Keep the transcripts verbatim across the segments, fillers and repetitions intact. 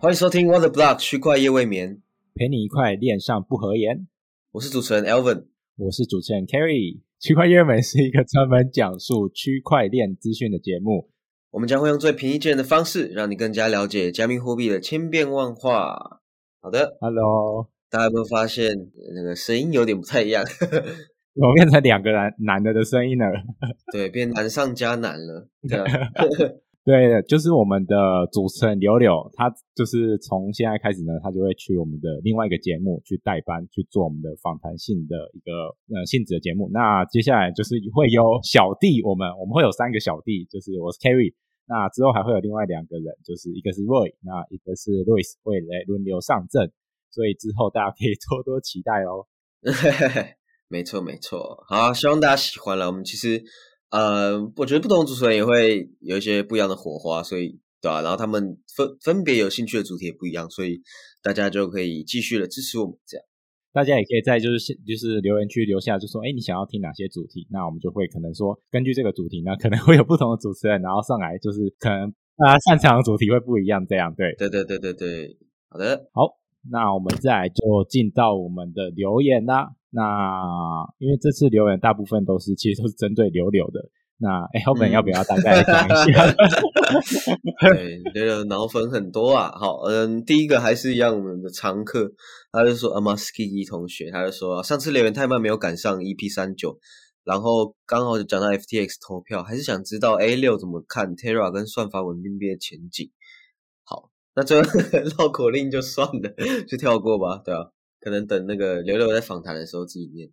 欢迎收听 What the Block 区块夜未眠， 陪你一块恋上不合言。 我是主持人 Alvin， 我是主持人 Kerry。区块夜未眠是一个专门讲述区块链资讯的节目， 我们将会用最平易近人的方式，让你更加了解加密货币的千变万化。好的 Hello， 大家有没有发现那个声音有点不太一样？ 我变成两个男男的的声音了。 对，变难上加难了。对啊对，就是我们的主持人柳柳，他就是从现在开始呢，他就会去我们的另外一个节目去代班，去做我们的访谈性的一个呃性质的节目。那接下来就是会有小弟，我们我们会有三个小弟，就是我是 Kerry， 那之后还会有另外两个人，就是一个是 Roy， 那一个是 Louis 会来轮流上阵，所以之后大家可以多多期待哦。 没错没错，好，希望大家喜欢了。我们其实呃，我觉得不同的主持人也会有一些不一样的火花，所以对啊，然后他们分分别有兴趣的主题也不一样，所以大家就可以继续的支持我们这样。 大家也可以在就是就是留言区留下，就说哎，你想要听哪些主题？那我们就会可能说根据这个主题呢，可能会有不同的主持人，然后上来就是可能大家擅长的主题会不一样，这样对。 对对对对对，好的， 好，那我们再来就进到我们的留言啦。那因为这次留言大部分都是其实都是针对柳柳的。那 Alvin 要不要大概讲一下？ 对，柳柳脑粉很多啊。好，嗯，第一个还是一样我们的常客，他就说 Amaski 同学，他就说上次留言太慢没有赶上 E P 三十九，然后刚好就讲到 F T X 投票，还是想知道 A 六 怎么看 Terra 跟算法稳定币的前景。好，那最后绕口令就算了，就跳过吧，对啊，可能等那个柳柳在访谈的时候自己念。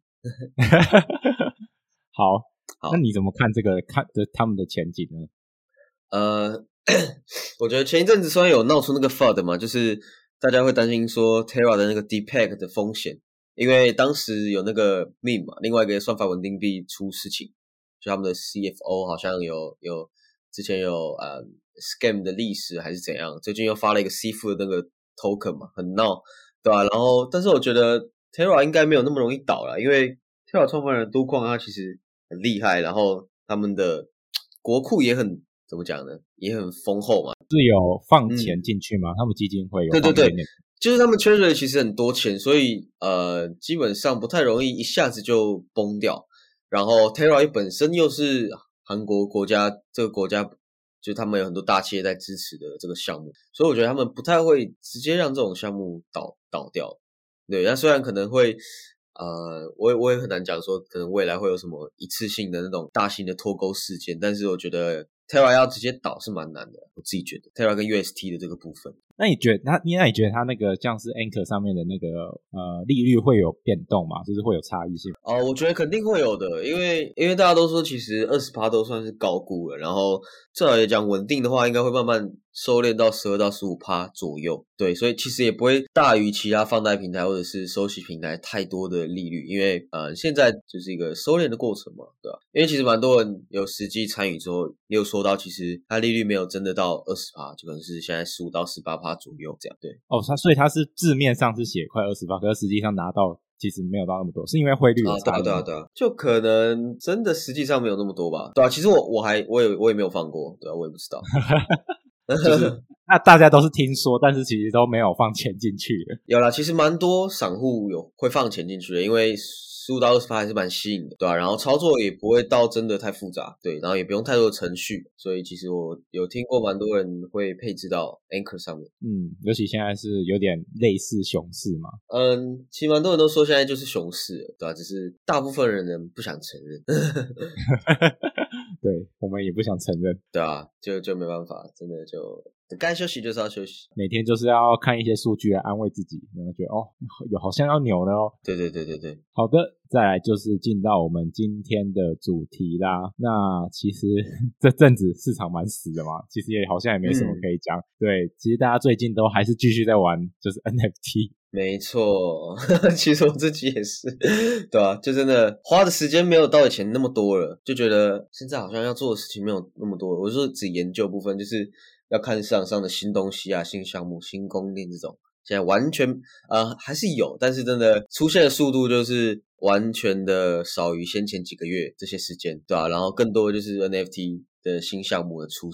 好， 好， 那你怎么看这个看的他们的前景呢？ 呃，我觉得前一阵子虽然有闹出那个 F U D 嘛，就是大家会担心说 Terra 的那个 Depack 的风险，因为当时有那个 meme 嘛，另外一个算法稳定币出事情，就他们的 C F O 好像有有之前有呃 scam 的历史还是怎样，最近又发了一个 Seafood 的那个 token 嘛，很闹，对吧、啊？然后但是我觉得 Terra 应该没有那么容易倒啦，因为 Terra 创办人都矿他其实很厉害，然后他们的国库也很怎么讲呢，也很丰厚嘛。 是有放钱进去吗？嗯、他们基金会有放对对对，就是他们 treasury 其实很多钱，所以呃基本上不太容易一下子就崩掉。然后 Terra 本身又是韩国国家这个国家，就是他们有很多大企业在支持的这个项目，所以我觉得他们不太会直接让这种项目倒倒掉。对，那虽然可能会呃，我也我也很难讲说可能未来会有什么一次性的那种大型的脱钩事件，但是我觉得 Terra 要直接倒是蛮难的，我自己觉得 Terra 跟 U S T 的这个部分。 那你觉得他，那你觉得他那个像是 Anchor 上面的那个呃利率会有变动吗？就是会有差异性？ 哦，我觉得肯定会有的，因为因为大家都说其实 百分之二十 都算是高估了，然后至少也讲稳定的话，应该会慢慢收敛到 百分之十二到百分之十五 左右。对，所以其实也不会大于其他放贷平台或者是收息平台太多的利率，因为呃现在就是一个收敛的过程嘛，对吧？因为其实蛮多人有实际参与之后，也有说到其实它利率没有真的到 百分之二十， 就可能是现在十五到十八左右这样。对哦，它所以它是字面上是写快 百分之二十， 可是实际上拿到其实没有到那么多，是因为汇率有差异吗？ 啊，对啊，对啊，对啊，就可能真的实际上没有那么多吧。对啊，其实我我还我也我也没有放过，对啊，我也不知道。 就是那大家都是听说，但是其实都没有放钱进去的。 有啦，其实蛮多散户有会放钱进去的，因为十五到二十趴还是蛮吸引的，对吧、啊？然后操作也不会到真的太复杂，对，然后也不用太多的程序，所以其实我有听过蛮多人会配置到 Anchor 上面。 嗯，尤其现在是有点类似熊市嘛。 嗯，其实蛮多人都说现在就是熊市了，对吧、啊？只是大部分人不想承认。 对，我们也不想承认。 对啊，就就没办法，真的就该休息就是要休息， 每天就是要看一些数据来安慰自己，然后觉得哦，有好像要扭了哦。 对对对对对。 好的，再来就是进到我们今天的主题啦。那其实这阵子市场蛮死的嘛，其实也好像也没什么可以讲。嗯、对，其实大家最近都还是继续在玩，就是 N F T。 没错，其实我自己也是，对啊，就真的花的时间没有到以前那么多了，就觉得现在好像要做的事情没有那么多了。我说只研究部分，就是要看市场上的新东西啊、新项目、新供应这种，现在完全呃还是有，但是真的出现的速度就是完全的少于先前几个月这些时间，对啊，然后更多的就是 N F T 的新项目的出现。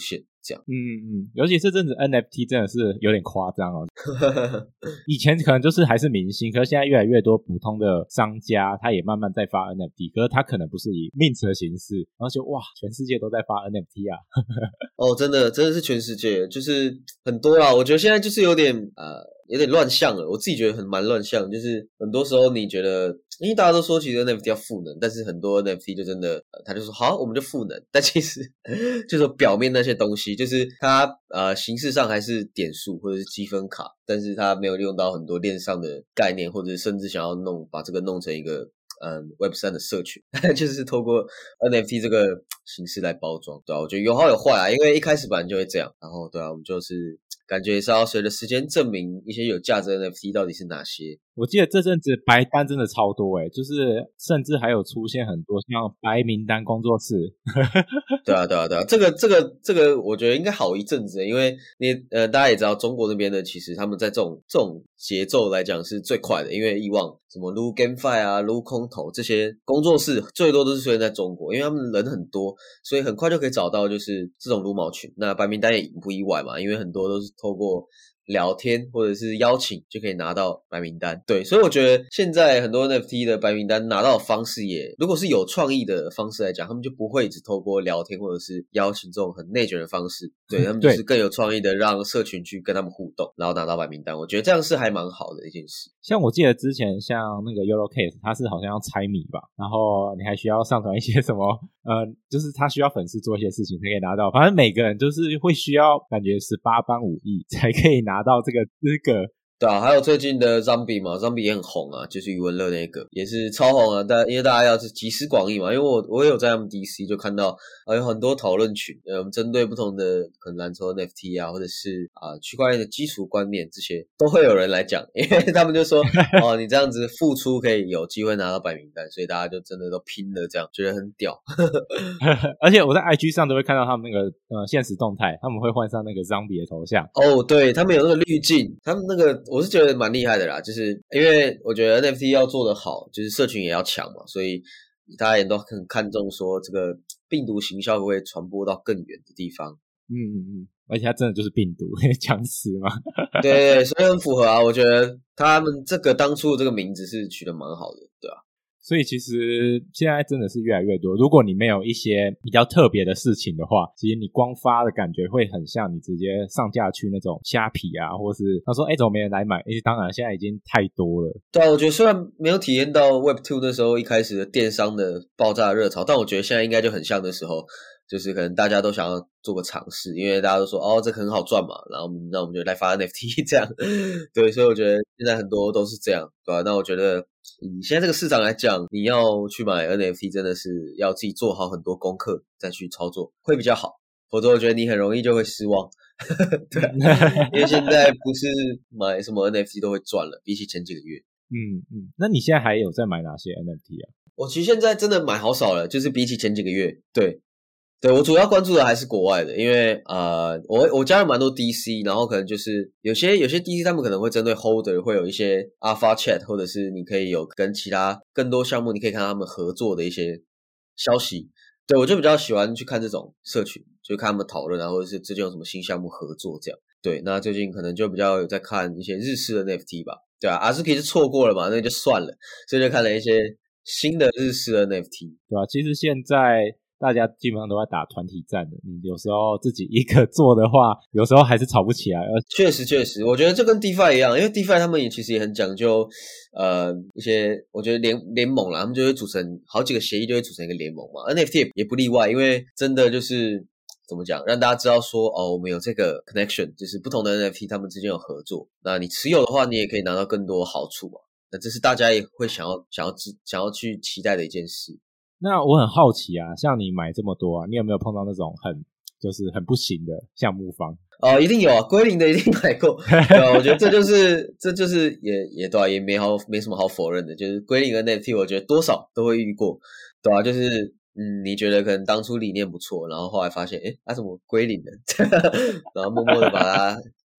这样。 嗯嗯嗯，尤其是这阵子 N F T 真的是有点夸张哦。以前可能就是还是明星，可是现在越来越多普通的商家他也慢慢在发 N F T， 可是他可能不是以 mint 的形式，然后就哇全世界都在发 N F T 啊。 哦，真的真的是全世界，就是很多啦。我觉得现在就是有点呃有点乱象了，我自己觉得很蛮乱象，就是很多时候你觉得，因为大家都说其实 N F T 要赋能，但是很多 N F T 就真的，呃、他就说好我们就赋能，但其实就是表面那些东西，就是它呃形式上还是点数或者是积分卡，但是它没有利用到很多链上的概念，或者甚至想要弄把这个弄成一个嗯 Web 三 的社群，就是透过 N F T 这个形式来包装，对啊，我觉得有好有坏啊，因为一开始本来就会这样，然后对啊，我们就是感觉也是要随着时间证明一些有价值的 N F T 到底是哪些。 我记得这阵子白单真的超多诶，就是甚至还有出现很多像白名单工作室。 对啊对啊对啊，这个这个这个我觉得应该好一阵子，因为你呃大家也知道中国那边的其实他们在这种这种节奏来讲是最快的，因为以往什么撸 GameFi 啊撸空投这些工作室最多都是出现在中国，因为他们人很多，所以很快就可以找到就是这种撸毛群。那白名单也不意外嘛，因为很多都是透过聊天或者是邀请就可以拿到白名单。对，所以我觉得现在很多 N F T 的白名单拿到的方式也，如果是有创意的方式来讲，他们就不会只透过聊天或者是邀请这种很内卷的方式，对，他们就是更有创意的让社群去跟他们互动，然后拿到白名单。我觉得这样是还蛮好的一件事。 像我记得之前像那个 Eurocase 它是好像要猜谜吧，然后你还需要上传一些什么呃，就是他需要粉丝做一些事情才可以拿到，反正每个人就是会需要感觉十八般武艺才可以拿到这个资格。 对啊，还有最近的 Zombie 嘛 ，Zombie 也很红啊，就是余文乐那个也是超红啊。但因为大家要是集思广益嘛，因为我我也有在他们 D C 就看到啊有很多讨论群，呃，针对不同的可能蓝筹 N F T 啊，或者是啊区块链的基础观念这些，都会有人来讲，因为他们就说哦，你这样子付出可以有机会拿到白名单，所以大家就真的都拼了，这样觉得很屌。 而且我在 I G 上都会看到他们那个呃现实动态，他们会换上那个 Zombie 的头像。 哦，对，他们有那个滤镜，他们那个我是觉得蛮厉害的啦，就是因为我觉得 N F T 要做得好，就是社群也要强嘛，所以大家也都很看重说这个病毒行销会不会传播到更远的地方。 嗯嗯嗯，而且它真的就是病毒，僵尸嘛。 对对对，所以很符合啊，我觉得他们这个当初的这个名字是取得蛮好的，对啊。 所以其实现在真的是越来越多，如果你没有一些比较特别的事情的话，其实你光发的感觉会很像你直接上架去那种虾皮啊，或是他说诶怎么没人来买，诶当然现在已经太多了。 对啊，我觉得虽然没有体验到 Web 二 那时候一开始的电商的爆炸热潮，但我觉得现在应该就很像那时候，就是可能大家都想要做个尝试，因为大家都说哦这个很好赚嘛，然后那我们就来发 N F T 这样。对，所以我觉得现在很多都是这样，对吧？那我觉得以现在这个市场来讲，你要去买 N F T 真的是要自己做好很多功课再去操作会比较好，否则我觉得你很容易就会失望。对啊，因为现在不是买什么 N F T 都会赚了，比起前几个月。 嗯嗯，那你现在还有在买哪些 N F T 啊？ 我其实现在真的买好少了，就是比起前几个月，对。对，我主要关注的还是国外的，因为呃，我我加了蛮多 D C， 然后可能就是有些有些 D C 他们可能会针对 Holder 会有一些 Alpha Chat， 或者是你可以有跟其他更多项目，你可以看到他们合作的一些消息。对，我就比较喜欢去看这种社群，就看他们讨论啊，或者是最近有什么新项目合作这样。对，那最近可能就比较有在看一些日式的 N F T 吧。对啊 ，Azuki 是错过了嘛，那就算了，所以就看了一些新的日式的 N F T。 对啊，其实现在大家基本上都在打团体战的，你有时候自己一个做的话，有时候还是吵不起来。 确实确实，我觉得这跟 DeFi 一样，因为 DeFi 他们也其实也很讲究呃一些我觉得联联盟啦，他们就会组成好几个协议就会组成一个联盟嘛。N F T 也, 也不例外，因为真的就是怎么讲，让大家知道说哦，我们有这个 connection， 就是不同的 N F T 他们之间有合作，那你持有的话，你也可以拿到更多好处嘛。那这是大家也会想要想要想要去期待的一件事。 那我很好奇啊，像你买这么多啊，你有没有碰到那种很就是很不行的项目方？ 哦，一定有啊，归零的一定买过。对啊，我觉得这就是这就是也也对啊，也没好没什么好否认的，就是归零的 N F T， 我觉得多少都会遇过，对啊，就是嗯，你觉得可能当初理念不错，然后后来发现，诶，它、啊、怎么归零了？然后默默的把它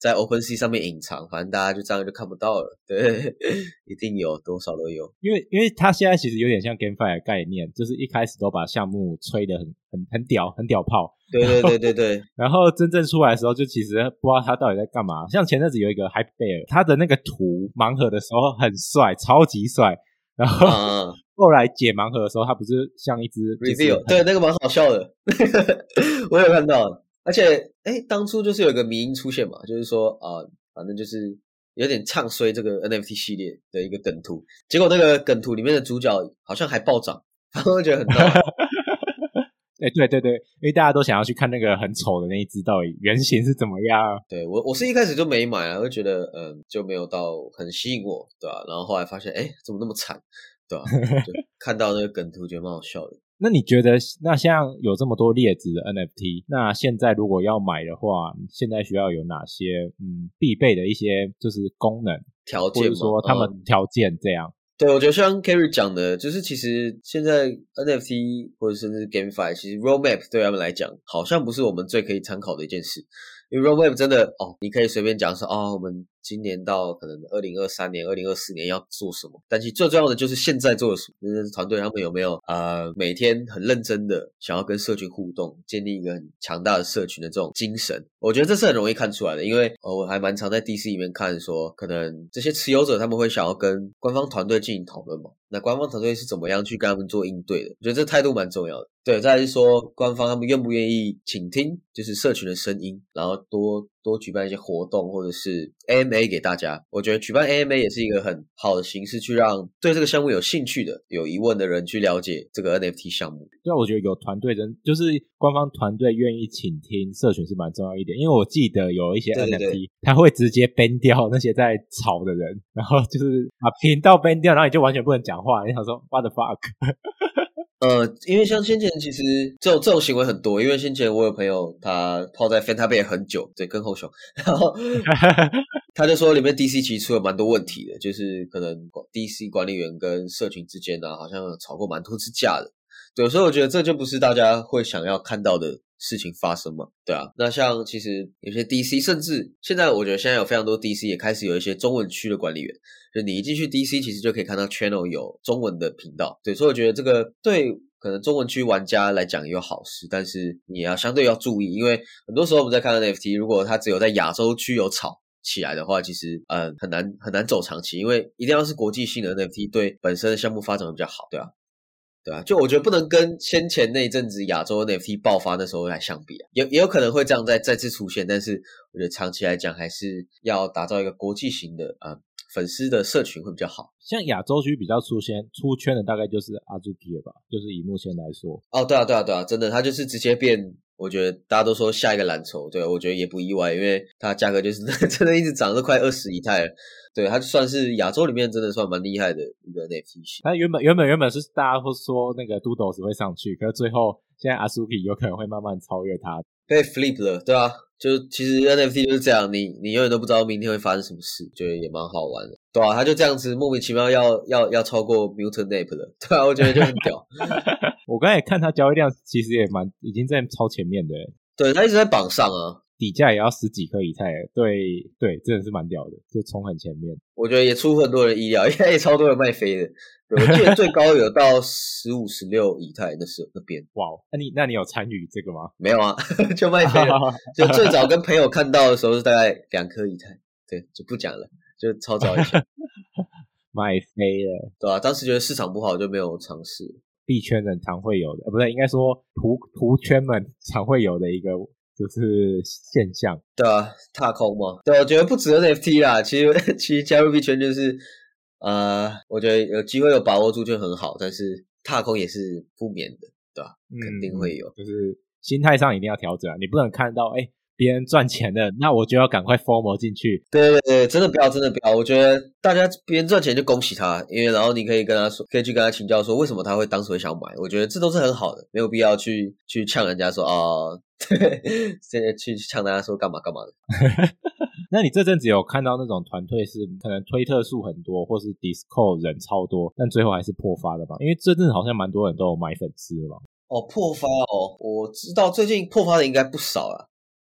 在 OpenSea 上面隐藏，反正大家就这样就看不到了。对，一定有，多少都有。 因为因为它现在其实有点像 GameFi 的概念，就是一开始都把项目吹得很很很屌，很屌炮。 对对对对对。 然后真正出来的时候，就其实不知道他到底在干嘛。像前阵子有一个 Hype Bear， 他的那个图盲盒的时候很帅，超级帅。然后、嗯、后来解盲盒的时候，他不是像一只 reveal， 对，那个蛮好笑的，我有看到。而且，哎，当初就是有一个迷因出现嘛，就是说啊、呃，反正就是有点唱衰这个 N F T 系列的一个梗图。结果那个梗图里面的主角好像还暴涨，然后我觉得很闹。 哎，对对对，因为大家都想要去看那个很丑的那一只到底原型是怎么样。 对，我我是一开始就没买啊，我就觉得嗯就没有到很吸引我，对吧、啊？然后后来发现，哎，怎么那么惨，对吧、啊？就看到那个梗图觉得蛮好笑的。 那你觉得，那像有这么多劣质的 N F T， 那现在如果要买的话，现在需要有哪些嗯必备的一些就是功能条件， 或者说他们条件这样？ 嗯对，我觉得像 Kerry 讲的，就是其实现在 N F T 或者甚至 GameFi， 其实 Roadmap 对他们来讲，好像不是我们最可以参考的一件事。因为 Roadmap 真的哦，你可以随便讲说哦，我们今年到可能二零二三年、二零二四年要做什么，但其实最重要的就是现在做的什么。就是团队他们有没有呃每天很认真的想要跟社群互动，建立一个很强大的社群的这种精神，我觉得这是很容易看出来的。因为、哦、我还蛮常在 D C 里面看说，可能这些持有者他们会想要跟官方团队进行讨论嘛，那官方团队是怎么样去跟他们做应对的，我觉得这态度蛮重要的。对，再来是说官方他们愿不愿意倾听就是社群的声音，然后多多举办一些活动或者是 A M A 给大家。我觉得举办 A M A 也是一个很好的形式，去让对这个项目有兴趣的有疑问的人去了解这个 N F T 项目。 对啊，我觉得有团队人就是官方团队愿意倾听社群是蛮重要一点。因为我记得有一些 N F T 对对对， 他会直接 ban 掉那些在吵的人，然后就是把频道 ban 掉，然后你就完全不能讲话，你想说 what the fuck。 呃，因为像先前其实这种这种行为很多，因为先前我有朋友他泡在 FantaBay 很久，对，跟后熊，然后他就说里面 D C 其实出了蛮多问题的，就是可能 D C 管理员跟社群之间啊，好像有吵过蛮多次架的。对，所以我觉得这就不是大家会想要看到的事情发生嘛，对啊。那像其实有些 D C， 甚至现在我觉得现在有非常多 D C 也开始有一些中文区的管理员，就你一进去 D C 其实就可以看到 channel 有中文的频道，对，所以我觉得这个对可能中文区玩家来讲也有好事，但是你要相对要注意，因为很多时候我们在看 N F T， 如果它只有在亚洲区有炒起来的话，其实呃很难很难走长期，因为一定要是国际性的 N F T 对本身的项目发展比较好，对啊。对啊，就我觉得不能跟先前那一阵子亚洲 N F T 爆发那时候来相比啊，也也有可能会这样再再次出现，但是我觉得长期来讲还是要打造一个国际型的呃粉丝的社群会比较好。 像亚洲区比较出现出圈的大概就是阿朱基了吧，就是以目前来说。 哦，对啊对啊对啊，真的他就是直接变，我觉得大家都说下一个蓝筹，对，我觉得也不意外，因为它价格就是真的一直涨，都快二十以太了。对，它算是亚洲里面真的算蛮厉害的一个 N F T 系。 它原本原本原本是大家会说那个 Doodles 会上去，可是最后现在 Azuki 有可能会慢慢超越它， 被 flip 了，对啊，就其实 N F T 就是这样，你你永远都不知道明天会发生什么事，觉得也蛮好玩的，对啊，他就这样子莫名其妙要要要超过 Mutant Ape 了，对啊，我觉得就很屌。 我刚才看他交易量其实也蛮已经在超前面的， 对，他一直在榜上啊。 底价也要十几颗以太，对对，真的是蛮屌的，就冲很前面。 我觉得也出乎很多人意料，应该也超多人卖飞的。对，我记得最高有到十五、十六以太那时候那边。 哇，那你那你有参与这个吗？ 没有啊，就卖飞了。就最早跟朋友看到的时候是大概两颗以太，对，就不讲了，就超早以前卖飞了， 对啊，当时觉得市场不好就没有尝试。 币圈人常会有的，呃、不对，应该说图图圈们常会有的一个。就是现象， 对啊，踏空嘛，对，我觉得不止 N F T 啦，其实其实加入币圈就是，呃，我觉得有机会有把握住就很好，但是踏空也是不免的，对吧、啊嗯？肯定会有， 就是心态上一定要调整啊，你不能看到哎别人赚钱的，那我就要赶快 FOMO 进去。 对对对，真的不要，真的不要。我觉得大家别人赚钱就恭喜他，因为然后你可以跟他说，可以去跟他请教说为什么他会当时会想买。我觉得这都是很好的，没有必要去去呛人家说哦，对，现在去呛大家说干嘛干嘛的。 那你这阵子有看到那种团队是可能推特数很多，或是 Discord 人超多，但最后还是破发的吧？因为这阵子好像蛮多人都有买粉丝了吧？ 哦，破发哦，我知道最近破发的应该不少啦。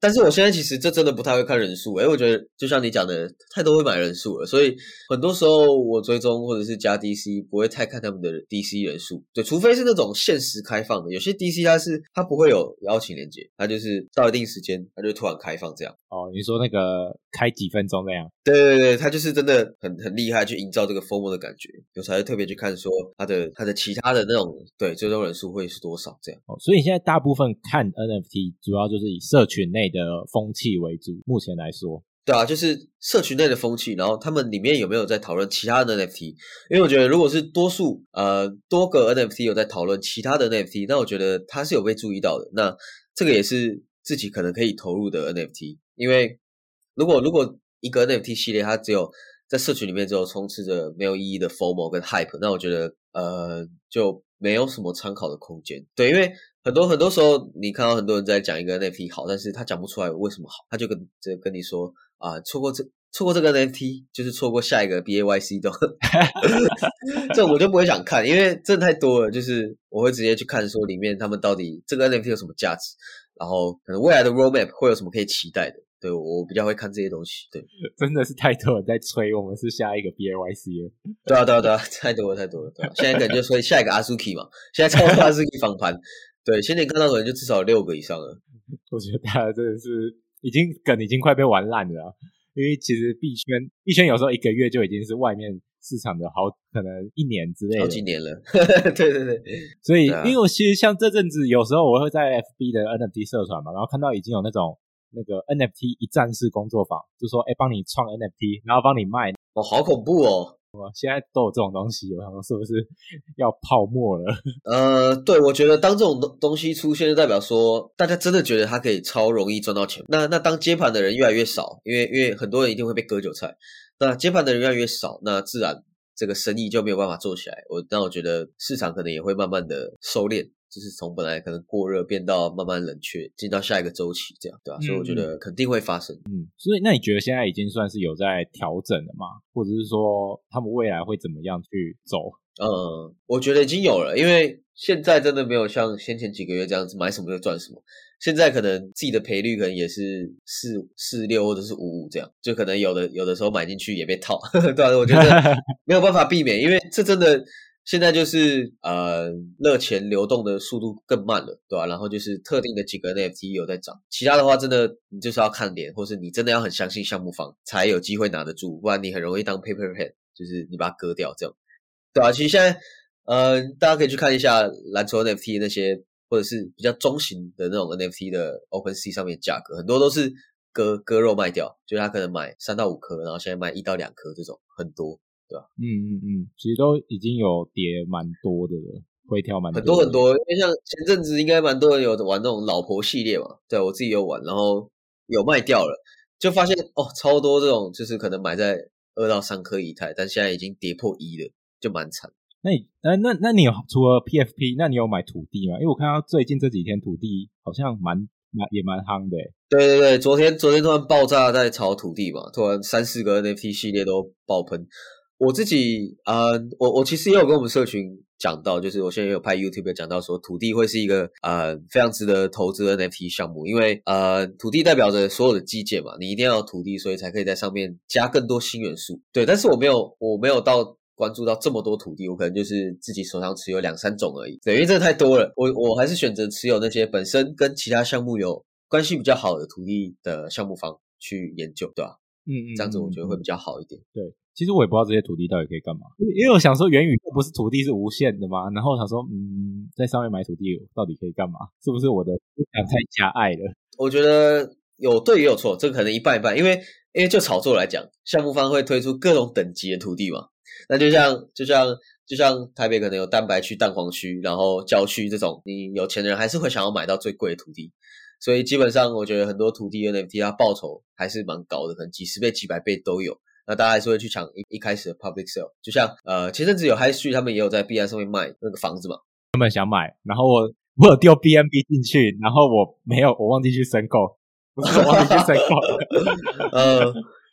但是我现在其实这真的不太会看人数，因为我觉得就像你讲的，太多会买人数了，所以很多时候我追踪或者是加 D C 不会太看他们的 D C 人数，对，除非是那种限时开放的，有些 D C 它是它不会有邀请连结，它就是到一定时间它就突然开放这样。 哦，你说那个开几分钟那样？ 对对对，它就是真的很很厉害，去营造这个 FOMO 的感觉，有时候还特别去看说它的它的其他的那种对追踪人数会是多少这样。 哦，所以现在大部分看 N F T 主要就是以社群内的风气为主，目前来说。 对啊，就是社群内的风气，然后他们里面有没有在讨论其他的 N F T？ 因为我觉得如果是多数呃多个 N F T 有在讨论其他的 N F T， 那我觉得它是有被注意到的。那这个也是自己可能可以投入的 N F T， 因为如果如果一个 N F T 系列它只有在社群里面只有充斥着没有意义的 FOMO 跟 hype， 那我觉得呃就没有什么参考的空间。对，因为很多很多时候你看到很多人在讲一个 N F T 好，但是他讲不出来为什么好，他就跟就跟你说啊，错过这错过这个 N F T 就是错过下一个 B A Y C 的这我就不会想看，因为真的太多了，就是我会直接去看说里面他们到底这个 N F T 有什么价值，然后可能未来的 roadmap 会有什么可以期待的。对，我比较会看这些东西。对， 真的是太多人在吹我们是下一个 B A Y C 了。 对啊对啊对啊，太多了太多了，对啊，现在可能就吹下一个 Azuki 嘛，现在超多 Azuki 访盘，对，先前看到的人就至少有六个以上了。 我觉得大家真的是已经梗已经快被玩烂了，因为其实币圈币圈有时候一个月就已经是外面市场的好可能一年之类的， 好几年了。对对对， 所以、 啊、 因为我其实像这阵子有时候我会在 F B 的 N F T 社团嘛，然后看到已经有那种那个 N F T 一站式工作坊，就说诶帮你创 N F T 然后帮你卖， 哦好恐怖哦， 现在都有这种东西，我想说是不是要泡沫了？ 呃，对，我觉得当这种东西出现，就代表说大家真的觉得它可以超容易赚到钱。那那当接盘的人越来越少，因为因为很多人一定会被割韭菜，那接盘的人越来越少，那自然这个生意就没有办法做起来。我那我觉得市场可能也会慢慢的收敛。就是从本来可能过热变到慢慢冷却，进到下一个周期这样，对吧、啊？所以我觉得肯定会发生。 嗯，所以那你觉得现在已经算是有在调整了吗？或者是说他们未来会怎么样去走？ 嗯，我觉得已经有了，因为现在真的没有像先前几个月这样子买什么就赚什么。现在可能自己的赔率可能也是四四六或者是五五这样，就可能有的有的时候买进去也被套，对啊，我觉得没有办法避免，因为这真的。现在就是呃热钱流动的速度更慢了，对吧、啊？然后就是特定的几个 N F T 有在涨，其他的话真的你就是要看脸，或是你真的要很相信项目方才有机会拿得住，不然你很容易当 paper head， 就是你把它割掉这样，对啊，其实现在呃大家可以去看一下蓝筹 N F T 那些，或者是比较中型的那种 N F T 的 OpenSea 上面的价格，很多都是割割肉卖掉，就是他可能买三到五颗，然后现在卖一到两颗这种，很多。对吧？ 嗯嗯嗯，其实都已经有跌蛮多的了，回调蛮多的很多很多。因为像前阵子应该蛮多人有玩那种老婆系列嘛，对我自己有玩，然后有卖掉了，就发现哦，超多这种就是可能买在二到三颗以太，但现在已经跌破一了，就蛮惨。 那你呃那那你有除了 P F P， 那你有买土地吗？因为我看到最近这几天土地好像蛮蛮也蛮夯的。 对对对，昨天昨天突然爆炸在炒土地嘛，突然三四个 N F T 系列都爆喷。我自己呃，我我其实也有跟我们社群讲到，就是我现在也有拍 YouTube 讲到说，土地会是一个呃非常值得投资的 N F T 项目，因为呃土地代表着所有的基建嘛，你一定要有土地，所以才可以在上面加更多新元素。对，但是我没有我没有到关注到这么多土地，我可能就是自己手上持有两三种而已。对，因为这太多了，我我还是选择持有那些本身跟其他项目有关系比较好的土地的项目方去研究，对吧、啊？ 嗯嗯， 这样子我觉得会比较好一点。 对。其实我也不知道这些土地到底可以干嘛，因为我想说元宇宙不是土地是无限的吗？然后我想说，嗯，在上面买土地到底可以干嘛？是不是我的思想太狭隘了？ 我觉得有对也有错，这个可能一半一半，因为因为就炒作来讲，项目方会推出各种等级的土地嘛，那就像就像就像台北可能有蛋白区、蛋黄区，然后郊区这种，你有钱的人还是会想要买到最贵的土地，所以基本上我觉得很多土地 N F T 它报酬还是蛮高的，可能几十倍、几百倍都有。那大家还是会去抢一一开始的 public sale， 就像呃前阵子有 High Street 他们也有在币安上面卖那个房子嘛， 他们想买，然后我我有丢 B N B 进去，然后我没有我忘记去申购，不是我忘记去申购， 呃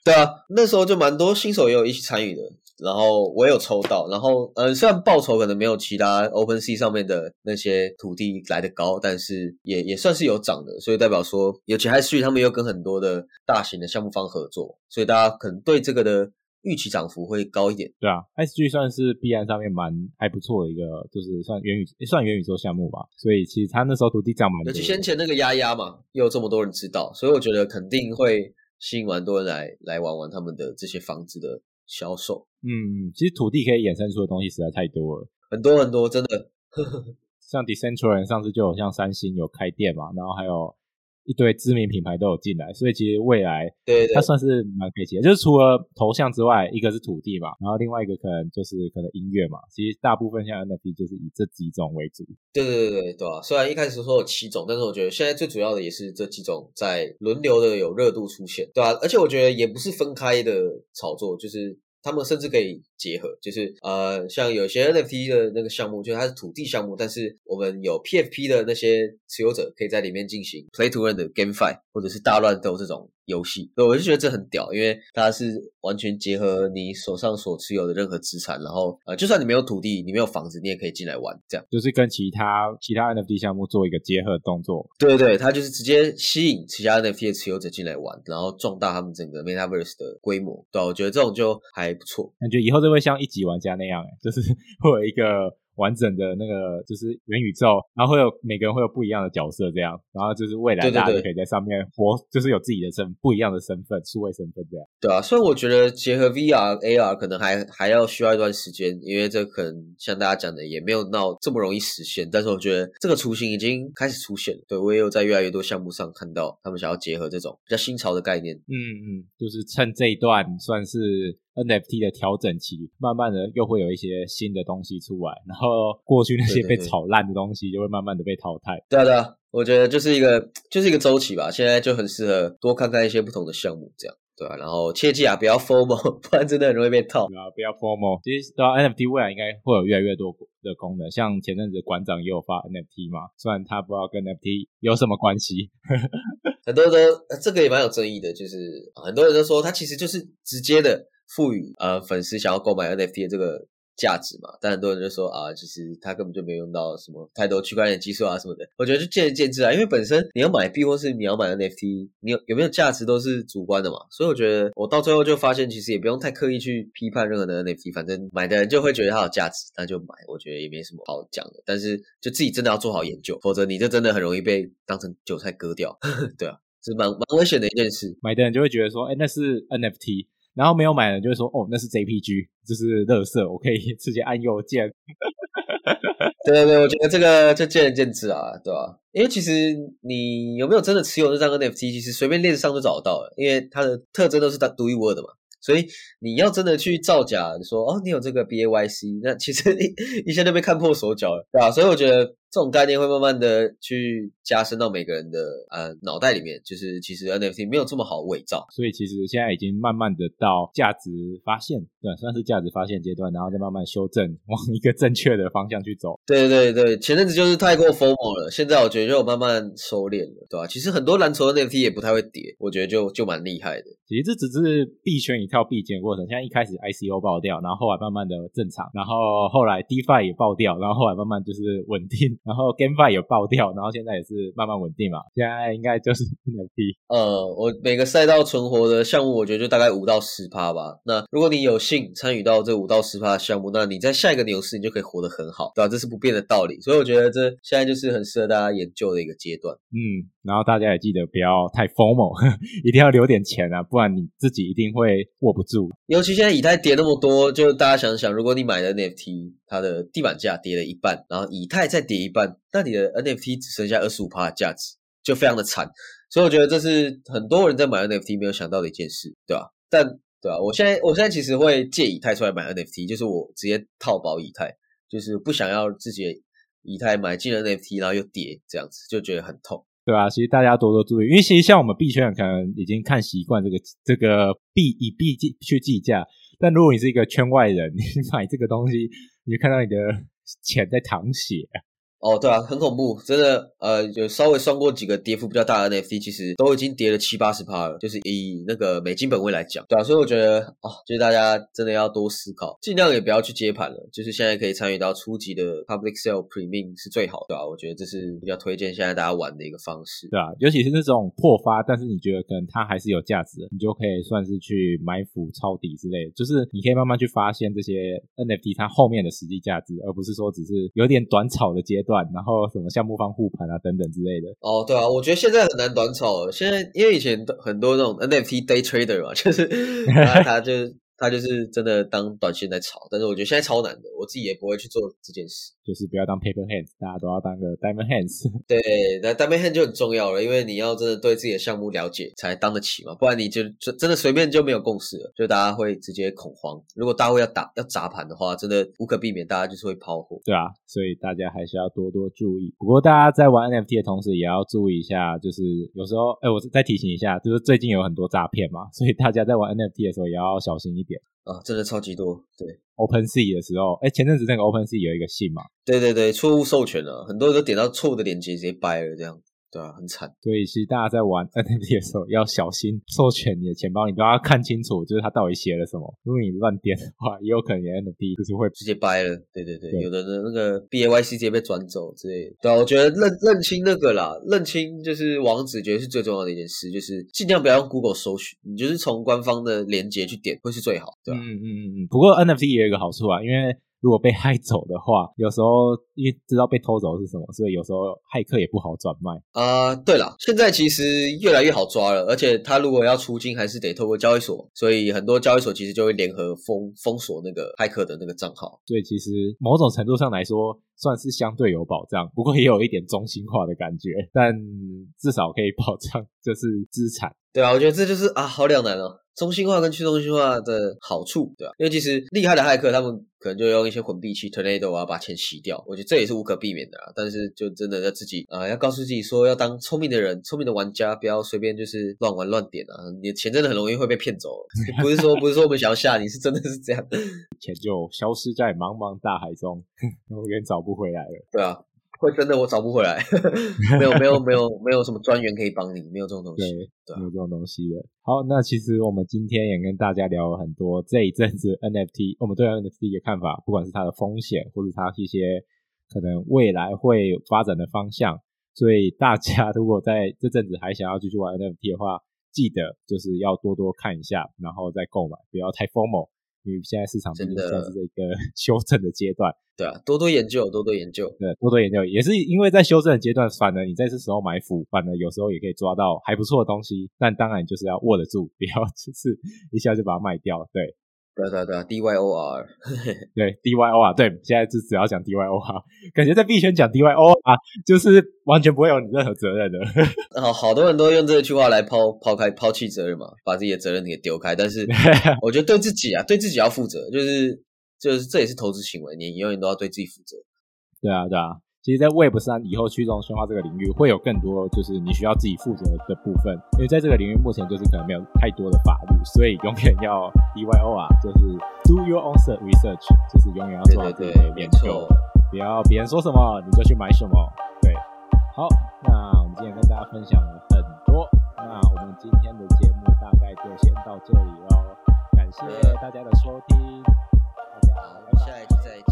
对啊，那时候就蛮多新手也有一起参与的，然后我也有抽到，然后呃，虽然报酬可能没有其他 OpenSea 上面的那些土地来得高，但是也也算是有涨的，所以代表说，尤其 HiStreet 他们又跟很多的大型的项目方合作，所以大家可能对这个的预期涨幅会高一点。 对啊 ，S G 算是币安上面蛮还不错的一个，就是算元宇算元宇宙项目吧，所以其实他那时候土地涨蛮多的。 尤其先前那个丫丫嘛，又有这么多人知道，所以我觉得肯定会吸引蛮多人来来玩玩他们的这些房子的销售。 嗯，其实土地可以衍生出的东西实在太多了， 很多很多，真的。 像 Decentraland 上次就有像三星有开店嘛，然后还有一堆知名品牌都有进来，所以其实未来对对， 它算是蛮可以期待。就是除了头像之外，一个是土地嘛，然后另外一个可能就是可能音乐嘛。其实大部分像 N F T 就是以这几种为主。 对对对对对啊！虽然一开始说有七种，但是我觉得现在最主要的也是这几种在轮流的有热度出现，对啊，而且我觉得也不是分开的炒作，就是他们甚至可以结合，就是呃，像有些 N F T 的那个项目，就是它是土地项目，但是我们有 P F P 的那些持有者可以在里面进行 Play to Earn 的 GameFi 或者是大乱斗这种游戏，所以我就觉得这很屌，因为它是完全结合你手上所持有的任何资产，然后呃，就算你没有土地，你没有房子，你也可以进来玩，这样就是跟其他其他 N F T 项目做一个结合动作。 对对对，它就是直接吸引其他 N F T 的持有者进来玩，然后壮大他们整个 Metaverse 的规模。对啊，我觉得这种就还不错。 感觉以后就会像一级玩家那样，就是会有一个完整的那个就是元宇宙，然后会有每个人会有不一样的角色这样，然后就是未来大家就可以在上面活，就是有自己的身不一样的身份，数位身份这样。 对啊，虽然我觉得结合 V R、A R 可能还还要需要一段时间，因为这可能像大家讲的也没有闹这么容易实现，但是我觉得这个雏形已经开始出现了。对，我也有在越来越多项目上看到他们想要结合这种比较新潮的概念。 嗯嗯，就是趁这一段算是N F T 的调整期，慢慢的又会有一些新的东西出来，然后过去那些被炒烂的东西就会慢慢的被淘汰。 对啊对啊，我觉得就是一个就是一个周期吧，现在就很适合多看看一些不同的项目这样。对啊，然后切记啊，不要 FOMO， 不然真的很容易被套。 对啊，不要 FOMO。其实对啊 ，N F T 未来应该会有越来越多的功能，像前阵子馆长也有发 N F T 嘛，虽然他不知道跟 N F T 有什么关系。 很多人都、呃、这个也蛮有争议的，就是很多人都说他其实就是直接的赋予呃粉丝想要购买 N F T 的这个价值嘛，但很多人就说啊，其实他根本就没有用到什么太多区块链技术啊什么的。我觉得就见仁见智啊，因为本身你要买币或是你要买 N F T， 你有有没有价值都是主观的嘛，所以我觉得我到最后就发现，其实也不用太刻意去批判任何的 N F T， 反正买的人就会觉得它有价值，那就买，我觉得也没什么好讲的。但是就自己真的要做好研究，否则你就真的很容易被当成韭菜割掉。对啊，是蛮蛮危险的一件事。 买的人就会觉得说，哎，那是 N F T。然后没有买的人就会说，哦，那是 J P G， 就是垃圾，我可以直接按右键。 对对对，我觉得这个就见仁见智啊，对吧？因为其实你有没有真的持有这张 N F T， 其实随便链上就找得到了，因为它的特征都是它独一无二的嘛。所以你要真的去造假，你说哦，你有这个 B A Y C， 那其实一一下就被看破手脚了，对吧？所以我觉得这种概念会慢慢的去加深到每个人的呃脑袋里面，就是其实 N F T 没有这么好伪造， 所以其实现在已经慢慢的到价值发现，对，算是价值发现阶段，然后再慢慢修正，往一个正确的方向去走。 对对对，前阵子就是太过 FOMO 了，现在我觉得就有慢慢收敛了，对吧？其实很多蓝筹 N F T 也不太会跌，我觉得就就蛮厉害的。 其实这只是币圈一套必经的过程，现在一开始 I C O 爆掉，然后后来慢慢的正常，然后后来 DeFi 也爆掉，然后后来慢慢就是稳定，然后 GameFi 也爆掉，然后现在也是慢慢稳定嘛，现在应该就是 N F T。 呃，我每个赛道存活的项目，我觉得就大概五到十趴吧。那如果你有幸参与到这五到十趴的项目，那你在下一个牛市你就可以活得很好，对吧？这是不变的道理。所以我觉得这现在就是很适合大家研究的一个阶段。 嗯，然后大家也记得不要太 FOMO， 一定要留点钱啊，不然你自己一定会握不住。 尤其现在以太跌那么多，就大家想想，如果你买的 N F T 它的地板价跌了一半，然后以太再跌一半，那你的 N F T 只剩下 百分之二十五 的价值，就非常的惨。所以我觉得这是很多人在买 N F T 没有想到的一件事，对吧？但对吧？我现在我现在其实会借以太出来买 N F T， 就是我直接套保以太，就是不想要自己的以太买进了 N F T 然后又跌，这样子就觉得很痛。 对啊，其实大家多多注意，因为其实像我们币圈人可能已经看习惯这个这个币以币去计价，但如果你是一个圈外人，你买这个东西，你就看到你的钱在淌血。 哦，对啊，很恐怖，真的，呃，有稍微算过几个跌幅比较大的 N F T， 其实都已经跌了七八十趴了，就是以那个美金本位来讲，对啊，所以我觉得哦，就是大家真的要多思考，尽量也不要去接盘了，就是现在可以参与到初级的 public sale premium 是最好的，对啊，我觉得这是比较推荐现在大家玩的一个方式， 对啊，尤其是那种破发，但是你觉得可能它还是有价值的，你就可以算是去埋伏抄底之类的，就是你可以慢慢去发现这些 N F T 它后面的实际价值，而不是说只是有点短炒的阶段，然后什么项目方护盘啊等等之类的。 哦，对啊，我觉得现在很难短炒了。现在因为以前很多那种 N F T day trader 嘛，就是他他就他就是真的当短线在炒，但是我觉得现在超难的，我自己也不会去做这件事。 就是不要当 paper hands， 大家都要当个 diamond hands。 对，那 diamond hand 就很重要了，因为你要真的对自己的项目了解才当得起嘛，不然你就真的随便就没有共识了，就大家会直接恐慌。如果大会要打要砸盘的话，真的无可避免，大家就是会抛货。 对啊，所以大家还是要多多注意。不过大家在玩 N F T 的同时，也要注意一下，就是有时候，哎，我再提醒一下，就是最近有很多诈骗嘛，所以大家在玩 N F T 的时候也要小心一点。 啊，真的超级多，对 OpenSea 的时候，哎，前阵子那个 OpenSea 有一个信嘛， 对对对，错误授权了，很多人都点到错误的链接直接掰了，这样，对啊，很惨。 所以其实大家在玩 N F T 的时候要小心授权你的钱包，你都要看清楚，就是它到底写了什么。如果你乱点的话，也有可能你的 N F T 就是会直接掰了。对对 对, 对有的人那个 B A Y C 直接被转走之类的。对啊，我觉得认认清那个啦，认清就是网址，觉得是最重要的一件事，就是尽量不要用 Google 搜寻，你就是从官方的连结去点，会是最好，对吧？ 嗯嗯嗯嗯。不过 N F T 也有一个好处啊，因为如果被害走的话，有时候因为知道被偷走是什么，所以有时候骇客也不好转卖啊、呃。对啦，现在其实越来越好抓了，而且他如果要出金，还是得透过交易所，所以很多交易所其实就会联合封封锁那个骇客的那个账号。 所以其实某种程度上来说，算是相对有保障，不过也有一点中心化的感觉，但至少可以保障就是资产。 对啊，我觉得这就是啊，好两难哦。中心化跟去中心化的好处，对吧？因为其实厉害的骇客他们可能就用一些混币器 tornado 啊把钱洗掉，我觉得这也是无可避免的啊。但是就真的要自己啊、呃，要告诉自己说要当聪明的人，聪明的玩家，不要随便就是乱玩乱点啊，你的钱真的很容易会被骗走。不是说不是说我们想要吓你，是真的是这样， 钱就消失在茫茫大海中，永远找不回来了。 对啊。会真的我找不回来，没有没有没有没有什么专员可以帮你，没有这种东西， 对， 对啊、 没有这种东西的。好，那其实我们今天也跟大家聊了很多这一阵子 N F T， 我们对 N F T 的看法，不管是它的风险，或是它一些可能未来会发展的方向。所以大家如果在这阵子还想要继续玩 N F T 的话，记得就是要多多看一下，然后再购买，不要太 FOMO， 因为现在市场毕竟算是一个修正的阶段。 对啊，多多研究，多多研究， 对，多多研究，也是因为在修正的阶段，反而你在这时候埋伏，反而有时候也可以抓到还不错的东西，但当然就是要握得住，不要就是一下就把它卖掉。对， 对对对 ，D Y O R， 对 D Y O R， 对，现在就只要讲 D Y O R， 感觉在币圈讲 D Y O R 就是完全不会有你任何责任的。 好，好多人都用这句话来抛抛开抛弃责任嘛，把自己的责任给丢开，但是我觉得对自己啊，对自己要负责，就是。就是这也是投资行为，你永远都要对自己负责。 对啊，对啊。其实，在 Web 三以后去中心化这个领域，会有更多就是你需要自己负责的部分，因为在这个领域目前就是可能没有太多的法律，所以永远要 D Y O R， 就是 Do your own research， 就是永远要做好自己的研究，不要别人说什么你就去买什么。对，好，那我们今天跟大家分享了很多，那我们今天的节目大概就先到这里咯，感谢大家的收听。 好，下一期再见。